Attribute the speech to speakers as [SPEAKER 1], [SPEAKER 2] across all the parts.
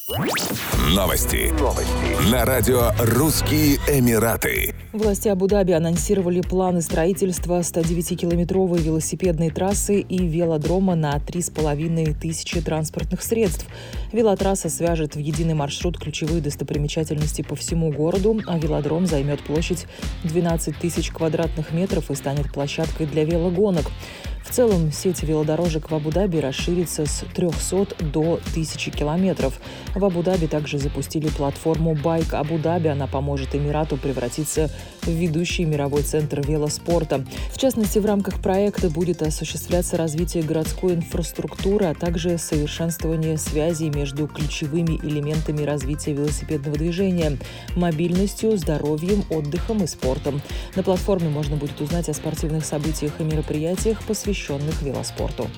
[SPEAKER 1] Новости. На радио «Русские Эмираты».
[SPEAKER 2] Власти Абу-Даби анонсировали планы строительства 109-километровой велосипедной трассы и велодрома на 3500 транспортных средств. Велотрасса свяжет в единый маршрут ключевые достопримечательности по всему городу, а велодром займет площадь 12 тысяч квадратных метров и станет площадкой для велогонок. В целом, сеть велодорожек в Абу-Даби расширится с 300 до 1000 километров. В Абу-Даби также запустили платформу «Байк Абу-Даби». Она поможет Эмирату превратиться в ведущий мировой центр велоспорта. В частности, в рамках проекта будет осуществляться развитие городской инфраструктуры, а также совершенствование связей между ключевыми элементами развития велосипедного движения – мобильностью, здоровьем, отдыхом и спортом. На платформе можно будет узнать о спортивных событиях и мероприятиях, посвященных велоспорту.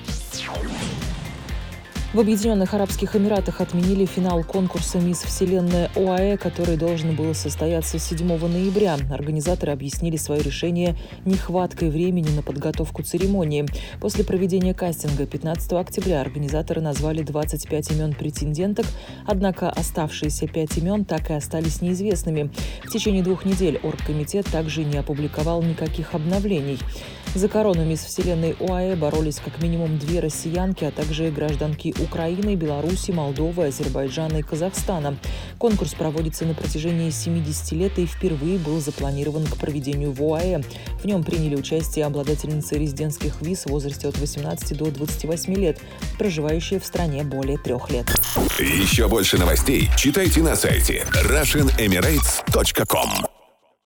[SPEAKER 2] В Объединенных Арабских Эмиратах отменили финал конкурса «Мисс Вселенная ОАЭ», который должен был состояться 7 ноября. Организаторы объяснили свое решение нехваткой времени на подготовку церемонии. После проведения кастинга 15 октября организаторы назвали 25 имен претенденток, однако оставшиеся 5 имен так и остались неизвестными. В течение 2 недель оргкомитет также не опубликовал никаких обновлений. За корону «Мисс Вселенной ОАЭ» боролись как минимум 2 россиянки, а также гражданки Украины, Беларуси, Молдовы, Азербайджана и Казахстана. Конкурс проводится на протяжении 70 лет и впервые был запланирован к проведению в ОАЭ. В нем приняли участие обладательницы резидентских виз в возрасте от 18 до 28 лет, проживающие в стране более 3 лет.
[SPEAKER 1] Еще больше новостей читайте на сайте RussianEmirates.com.